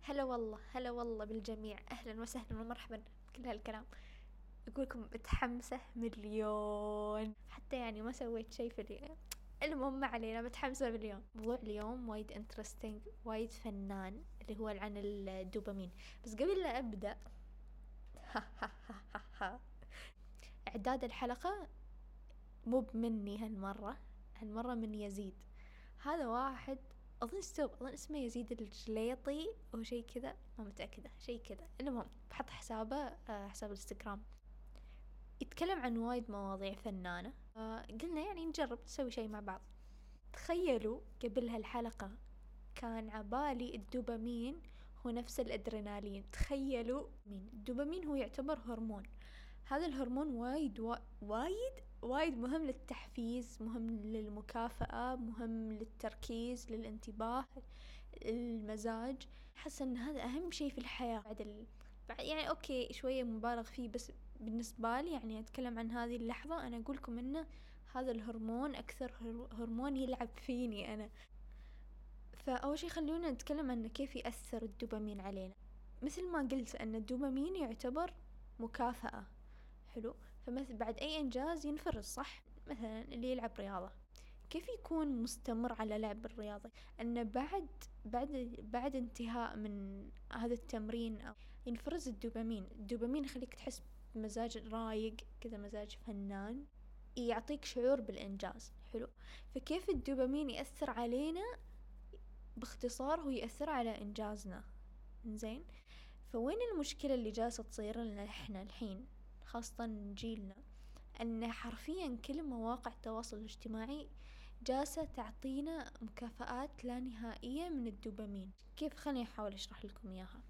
هلا والله هلا والله بالجميع، أهلا وسهلا ومرحبا. كل هالكلام أقولكم متحمسة مليون، حتى يعني ما سويت شي في اليوم. المهم ما علينا، متحمسة باليوم. موضوع اليوم وايد انترستينج، وايد فنان، اللي هو عن الدوبامين. بس قبل لا أبدأ إعداد الحلقة مو بمني هالمرة من يزيد. هذا واحد أظن اسمه يزيد الجليطي أو شي كذا، ما متأكدة، شي كذا. المهم بحط حسابه، حساب الانستغرام. يتكلم عن وايد مواضيع فنانة. قلنا يعني نجرب نسوي شي مع بعض. تخيلوا قبل هالحلقة كان عبالي الدوبامين هو نفس الأدرينالين. تخيلوا، الدوبامين هو يعتبر هرمون. هذا الهرمون وايد مهم للتحفيز، مهم للمكافأة، مهم للتركيز، للانتباه، المزاج. حاسة ان هذا اهم شيء في الحياة بعد يعني اوكي شوية مبالغ فيه، بس بالنسبة لي يعني اتكلم عن هذه اللحظة، انا اقولكم انه هذا الهرمون اكثر هرمون يلعب فيني انا. فاول شيء خلونا نتكلم عن كيف يأثر الدوبامين علينا. مثل ما قلت ان الدوبامين يعتبر مكافأة. حلو. فمثل بعد أي إنجاز ينفرز، صح؟ مثلا اللي يلعب رياضة، كيف يكون مستمر على لعب الرياضة؟ أنه بعد انتهاء من هذا التمرين أو ينفرز الدوبامين يخليك تحس بمزاج رايق كذا، مزاج فنان، يعطيك شعور بالإنجاز. حلو. فكيف الدوبامين يأثر علينا؟ باختصار هو يأثر على إنجازنا. زين. فوين المشكلة اللي جالسة تصير لنا احنا الحين، خاصة جيلنا؟ أن حرفيا كل مواقع التواصل الاجتماعي جالسة تعطينا مكافآت لا نهائية من الدوبامين. كيف؟ خليني أحاول أشرح لكم إياها.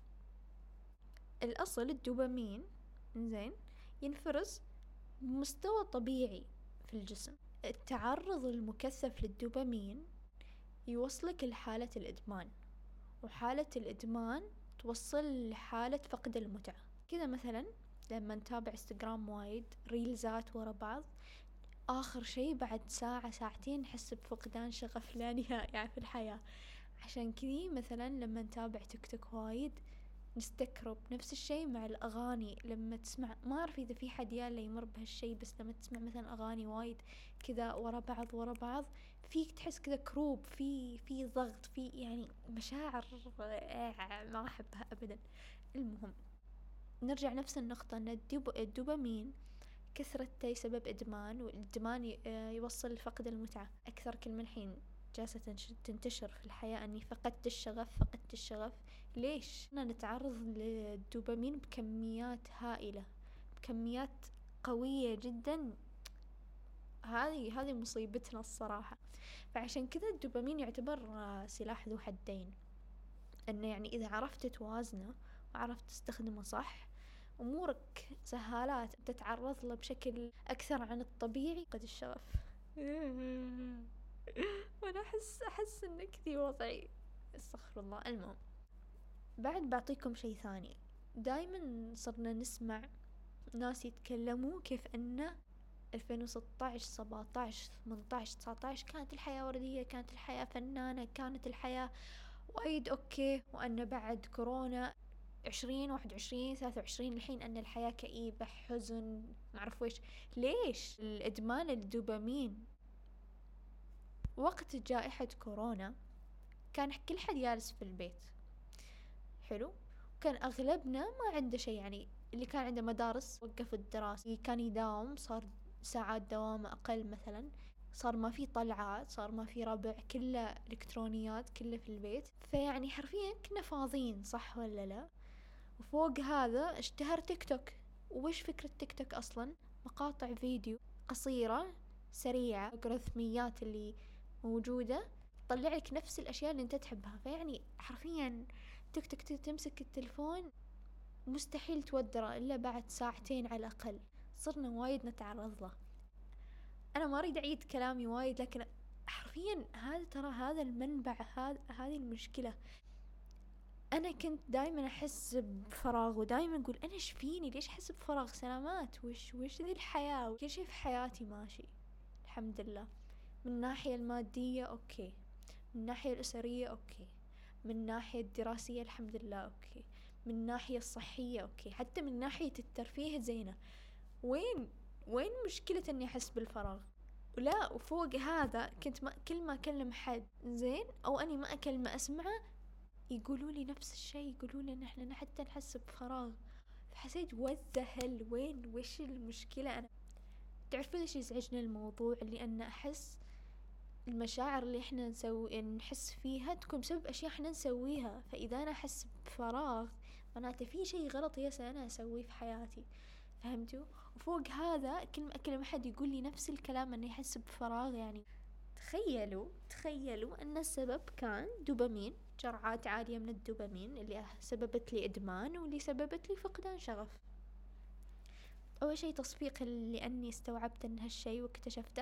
الأصل الدوبامين زين ينفرز بمستوى طبيعي في الجسم. التعرض المكثف للدوبامين يوصلك لحالة الإدمان، وحالة الإدمان توصل لحالة فقد المتعة. كذا مثلا لما نتابع انستغرام وايد ريلزات ورا بعض، آخر شي بعد ساعة ساعتين نحس بفقدان شغف لا نهائي في الحياة. عشان كذي مثلا لما نتابع تيك توك وايد نستكرب. نفس الشي مع الأغاني، لما تسمع، ما أعرف إذا في حد يالا يمر بهالشي، بس لما تسمع مثلا أغاني وايد كذا ورا بعض فيك تحس كذا كروب، في ضغط، في يعني مشاعر ما أحبها أبدا. المهم نرجع نفس النقطة، أن الدوبامين كثرته سبب إدمان، والإدمان يوصل لفقد المتعة. أكثر كلمة الحين جالسة تنتشر في الحياة أني فقدت الشغف. ليش؟ أنا نتعرض للدوبامين بكميات هائلة، بكميات قوية جدا. هذه مصيبتنا الصراحة. فعشان كذا الدوبامين يعتبر سلاح ذو حدين. أنه يعني إذا عرفت توازنه وعرفت تستخدمه صح، أمورك سهالات. تتعرض له بشكل أكثر عن الطبيعي قد الشغف. وأنا أحس إن كذي وضعي، استغفر الله. المهم بعد بعطيكم شي ثاني. دايما صرنا نسمع ناس يتكلموا كيف أنه 2016 17 18 19 كانت الحياة وردية، كانت الحياة فنانة، كانت الحياة وايد اوكي، وأن بعد كورونا 2021 23 الحين أن الحياة كئيبة، حزن، معرف ويش. ليش؟ الإدمان الدوبامين وقت جائحة كورونا كان كل حد جالس في البيت. حلو. وكان أغلبنا ما عنده شيء، يعني اللي كان عنده مدارس وقفوا الدراسة، اللي كان يداوم صار ساعات دوامة أقل مثلا، صار ما في طلعات، صار ما في ربع، كله إلكترونيات، كله في البيت. فيعني حرفيا كنا فاضيين، صح ولا لا؟ وفوق هذا اشتهر تيك توك. وش فكرة تيك توك أصلا؟ مقاطع فيديو قصيرة سريعة، الألغوريثميات اللي موجودة تطلع لك نفس الأشياء اللي أنت تحبها. فيعني حرفيا تيك توك تمسك التلفون مستحيل تودره إلا بعد ساعتين على الأقل. صرنا وايد نتعرض له. أنا ما أريد أعيد كلامي وايد، لكن حرفيا هذا المنبع، هذه المشكلة. أنا كنت دايما أحس بفراغ، ودايما أقول أنا إيش فيني، ليش أحس بفراغ؟ سلامات، وش ذي الحياة؟ كل شيء في حياتي ماشي الحمد لله. من الناحية المادية أوكي، من الناحية الأسرية أوكي، من الناحية الدراسية الحمد لله أوكي، من الناحية الصحية أوكي، حتى من ناحية الترفيه زينة. وين مشكلة إني أحس بالفراغ؟ ولا وفوق هذا كنت كل ما أكلم حد زين أو أني ما أكلمه أسمعه يقولوا لي نفس الشيء، يقولوا لي إن إحنا حتى نحس بفراغ. فحسيت وذهل وش المشكلة؟ أنا تعرفين ليش يزعجني الموضوع؟ اللي أنا أحس المشاعر اللي إحنا نحس فيها تكون بسبب أشياء إحنا نسويها. فإذا أنا أحس بفراغ معناته في شيء غلط ياسا أنا أسويه في حياتي، فهمتوا؟ وفوق هذا كل ما أكلم أحد يقول لي نفس الكلام أني أحس بفراغ. يعني تخيلوا أن السبب كان دوبامين، جرعات عالية من الدوبامين اللي سببت لي إدمان واللي سببت لي فقدان شغف. أول شيء تصفيق لأني استوعبت أن هالشيء واكتشفته.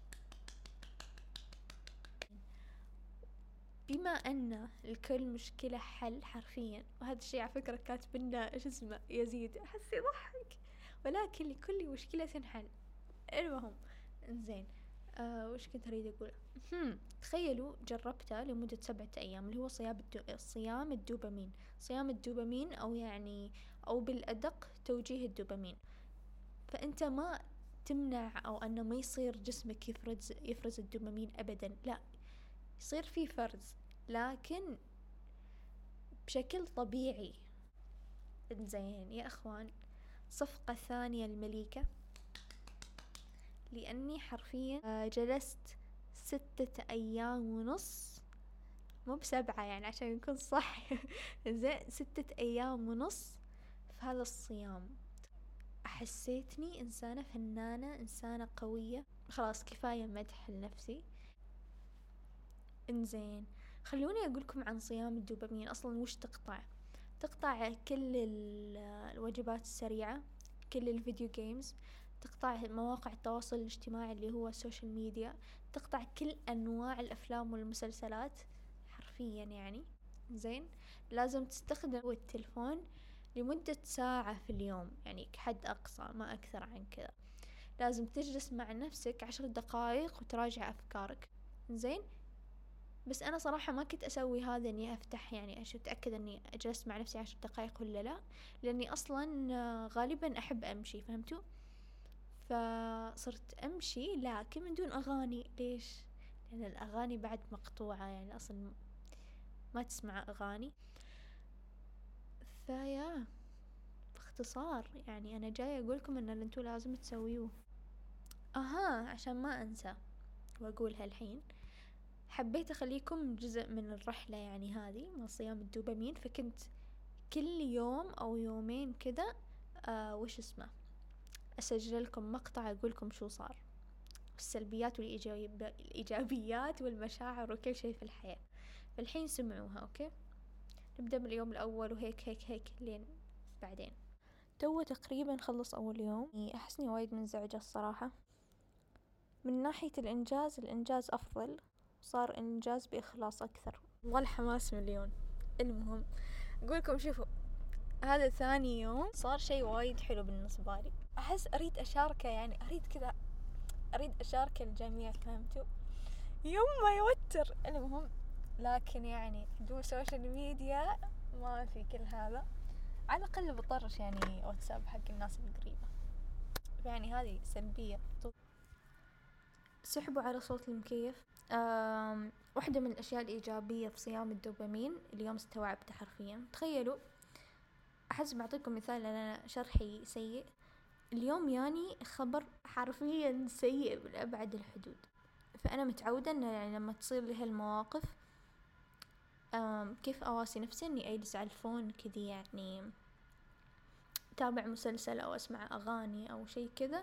بما أن لكل مشكلة حل حرفيا، وهذا الشيء على فكرة كاتب لنا إيش اسمه يزيد، أحس يضحك، ولكن لكل مشكلة حل. المهم إنزين وش كنت أريد أقول؟ تخيلوا جربته لمدة 7 أيام اللي هو صيام الدوبامين. صيام الدوبامين أو بالأدق توجيه الدوبامين. فأنت ما تمنع أو أنه ما يصير جسمك يفرز الدوبامين أبدا، لا، يصير فيه فرز لكن بشكل طبيعي. إنزين يا أخوان، صفقة ثانية المليكة، لأني حرفيا جلست 6 أيام ونص، مو ب7 يعني عشان يكون صح زين 6 أيام ونص في هذا الصيام. حسيتني إنسانة فنانة، إنسانة قوية. خلاص كفاية مدح لنفسي. إنزين خلوني أقولكم عن صيام الدوبامين. أصلا وش تقطع كل الوجبات السريعة، كل الفيديو جيمز، تقطع مواقع التواصل الاجتماعي اللي هو السوشيال ميديا، تقطع كل أنواع الأفلام والمسلسلات حرفيا. يعني زين لازم تستخدم التلفون لمدة ساعة في اليوم، يعني كحد أقصى ما أكثر عن كذا. لازم تجلس مع نفسك 10 دقائق وتراجع أفكارك. زين بس أنا صراحة ما كنت أسوي هذا، إني أفتح يعني أتأكد إني أجلس مع نفسي 10 دقائق ولا لا، لأني أصلا غالبا أحب أمشي، فهمتوا؟ فصرت أمشي لكن من دون أغاني. ليش؟ لأن الأغاني بعد مقطوعة، يعني أصلا ما تسمع أغاني. فيا باختصار يعني أنا جاية أقولكم إن اللي أنتوا لازم تسويوه. عشان ما أنسى وأقولها الحين، حبيت أخليكم جزء من الرحلة يعني هذه مع صيام الدوبامين. فكنت كل يوم أو يومين كذا أسجل لكم مقطع أقولكم شو صار، السلبيات والإيجابيات والمشاعر وكل شيء في الحياة. فالحين سمعوها أوكي. نبدأ من اليوم الأول وهيك هيك هيك لين بعدين. تو تقريبا خلص أول يوم، أحسني وايد منزعجة الصراحة. من ناحية الإنجاز أفضل، صار إنجاز بإخلاص أكثر، والله الحماس مليون. المهم أقولكم شوفوا، هذا ثاني يوم صار شيء وايد حلو بالنسبة لي. أحس أريد أشاركه، يعني أريد أشاركه الجميع، فهمتوا؟ يوم ما يوتر. المهم لكن يعني بدون سوشيال ميديا ما في كل هذا، على الأقل بطرش يعني واتساب حق الناس القريبة. يعني هذه سلبية. سحبوا على صوت المكيف. واحدة من الأشياء الإيجابية في صيام الدوبامين اليوم استوعبته حرفيا. تخيلوا، أحس بعطيكم مثال، أنا شرحي سيء اليوم، يعني خبر حرفيا سيء بالأبعد الحدود. فأنا متعودة أن يعني لما تصير لي هالمواقف كيف أواسي نفسي أني أجلس على الفون كذي، يعني أتابع مسلسل أو أسمع أغاني أو شيء كذا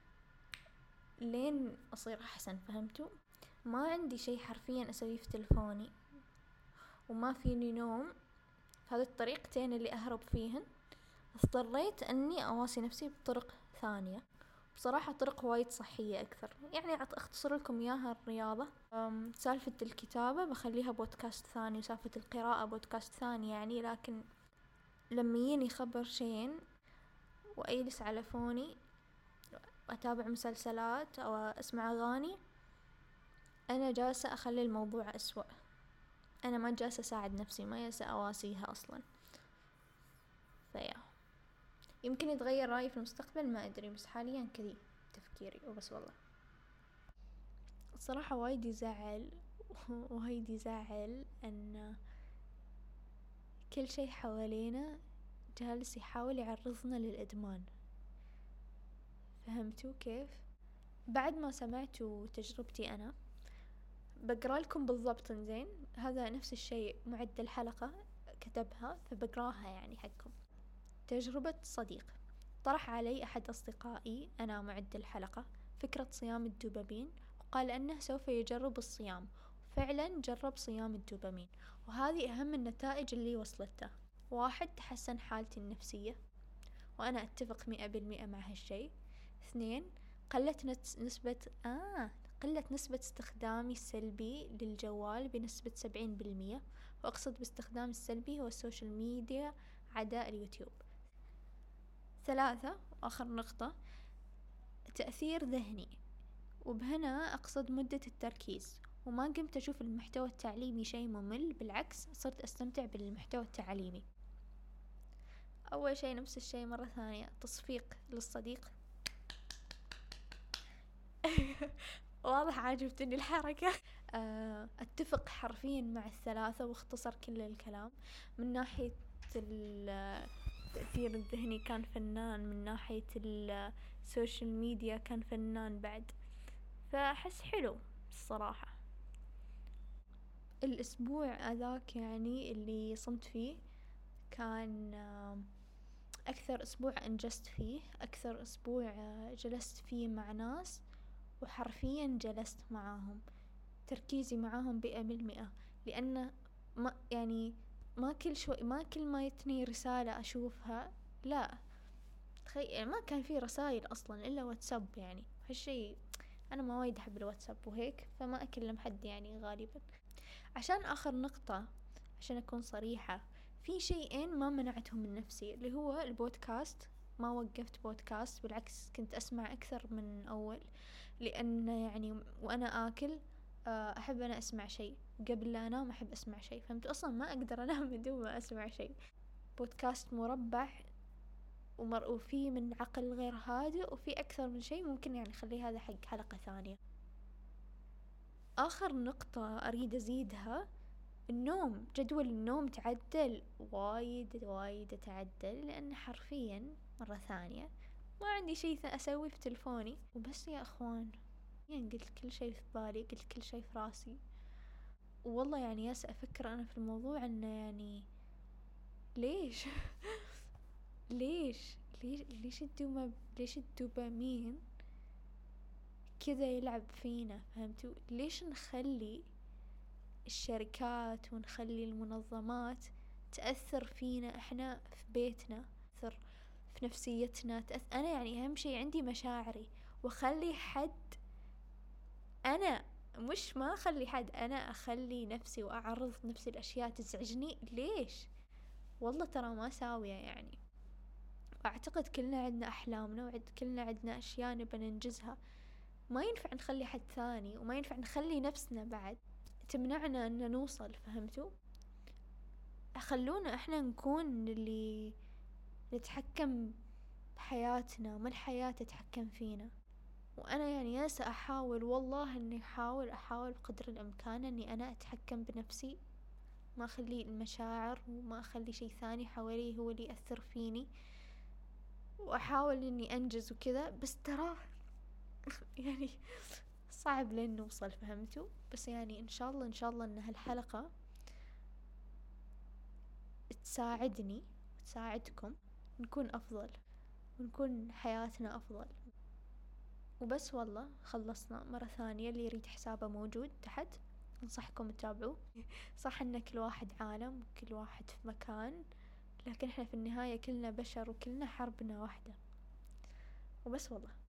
لين أصير أحسن، فهمتوا؟ ما عندي شيء حرفيا أسويه في تلفوني وما فيني نوم. هذه الطريقتين اللي أهرب فيهن. اضطريت أني أواسي نفسي بطرق ثانية، بصراحة طرق وايد صحية أكثر. يعني أختصر لكم إياها: الرياضة، سالفة الكتابة بخليها بودكاست ثاني، وسالفة القراءة بودكاست ثاني يعني. لكن لما يجيني خبر شين وأجلس على فوني وأتابع مسلسلات أو أسمع أغاني، أنا جالسة أخلي الموضوع أسوأ. أنا ما جالسة أساعد نفسي، ما جالسة أواسيها أصلا. فيا يمكن يتغير رأيي في المستقبل، ما أدري، بس حاليا كذي تفكيري وبس. والله الصراحة وايد يزعل وايد يزعل أن كل شي حوالينا جالس يحاول يعرضنا للإدمان. فهمتوا كيف؟ بعد ما سمعتوا تجربتي أنا بقرأ لكم بالضبط. زين، هذا نفس الشيء معد الحلقة كتبها، فبقراها يعني حقكم. تجربة صديق: طرح علي أحد أصدقائي، أنا معد الحلقة، فكرة صيام الدوبامين، وقال أنه سوف يجرب الصيام. فعلا جرب صيام الدوبامين، وهذه أهم النتائج اللي وصلته. 1: تحسن حالتي النفسية، وأنا أتفق 100% مع هالشي. 2: قلت نسبة استخدامي السلبي للجوال بنسبة 70%، وأقصد باستخدام السلبي هو السوشيال ميديا عدا اليوتيوب. 3: آخر نقطة، تأثير ذهني، وبهنا أقصد مدة التركيز، وما قمت أشوف المحتوى التعليمي شيء ممل، بالعكس صرت أستمتع بالمحتوى التعليمي. أول شيء نفس الشيء مرة ثانية، تصفيق للصديق. واضح عاجبتني الحركة. أتفق حرفيا مع الثلاثة، واختصر كل الكلام. من ناحية التأثير الذهني كان فنان، من ناحية السوشيال ميديا كان فنان بعد. فأحس حلو الصراحة. الأسبوع ذاك يعني اللي صمت فيه كان أكثر أسبوع أنجزت فيه، أكثر أسبوع جلست فيه مع ناس، وحرفيا جلست معاهم، تركيزي معاهم 100%. لأن ما كل ما يتني رسالة أشوفها، لا ما كان في رسائل أصلا إلا واتساب. يعني هالشي أنا ما وايد أحب الواتساب وهيك، فما أكلم حد يعني غالبا. عشان آخر نقطة، عشان أكون صريحة، في شيئين ما منعتهم من نفسي، اللي هو البودكاست. ما وقفت بودكاست، بالعكس كنت أسمع أكثر من أول، لأن يعني وأنا آكل أحب أنا أسمع شيء، قبل لا أنام أحب أسمع شيء. فهمت؟ أصلا ما أقدر أنام بدون ما أسمع شيء. بودكاست مربع وفي من عقل غير هادئ، وفي أكثر من شيء ممكن يعني خلي هذا حق حلقة ثانية. آخر نقطة أريد أزيدها، النوم. جدول النوم تعدل وايد تعدل، لأن حرفيا مرة ثانية ما عندي شيء أسوي في تلفوني وبس يا أخوان. يعني قلت كل شيء في بالي، قلت كل شيء في راسي. والله يعني ياسا أفكر أنا في الموضوع أنه يعني ليش ليش الدوبامين كذا يلعب فينا؟ فهمتوا؟ ليش نخلي الشركات ونخلي المنظمات تأثر فينا إحنا في بيتنا، تأثر في نفسيتنا، أنا يعني أهم شيء عندي مشاعري، وأخلي حد أنا ما أخلي حد، أنا أخلي نفسي وأعرض نفسي الأشياء تزعجني. ليش؟ والله ترى ما ساوية يعني. أعتقد كلنا عندنا أحلامنا، كلنا عندنا أشياء نبى ننجزها، ما ينفع نخلي حد ثاني، وما ينفع نخلي نفسنا بعد تمنعنا أن نوصل. فهمتوا؟ خلونا إحنا نكون اللي نتحكم بحياتنا، ما الحياة تتحكم فينا. وأنا يعني سأحاول، والله أني أحاول بقدر الإمكان أني أنا أتحكم بنفسي، ما أخلي المشاعر وما أخلي شيء ثاني حوالي هو اللي يأثر فيني، وأحاول أني أنجز وكذا. بس ترى يعني صعب لين نوصل. فهمتوا؟ بس يعني إن شاء الله أن هالحلقة تساعدني وتساعدكم نكون أفضل، ونكون حياتنا أفضل. وبس والله خلصنا. مرة ثانية اللي يريد حسابه موجود تحت، أنصحكم تتابعوه. صح إن كل واحد عالم وكل واحد في مكان، لكن إحنا في النهاية كلنا بشر وكلنا حربنا واحدة. وبس والله.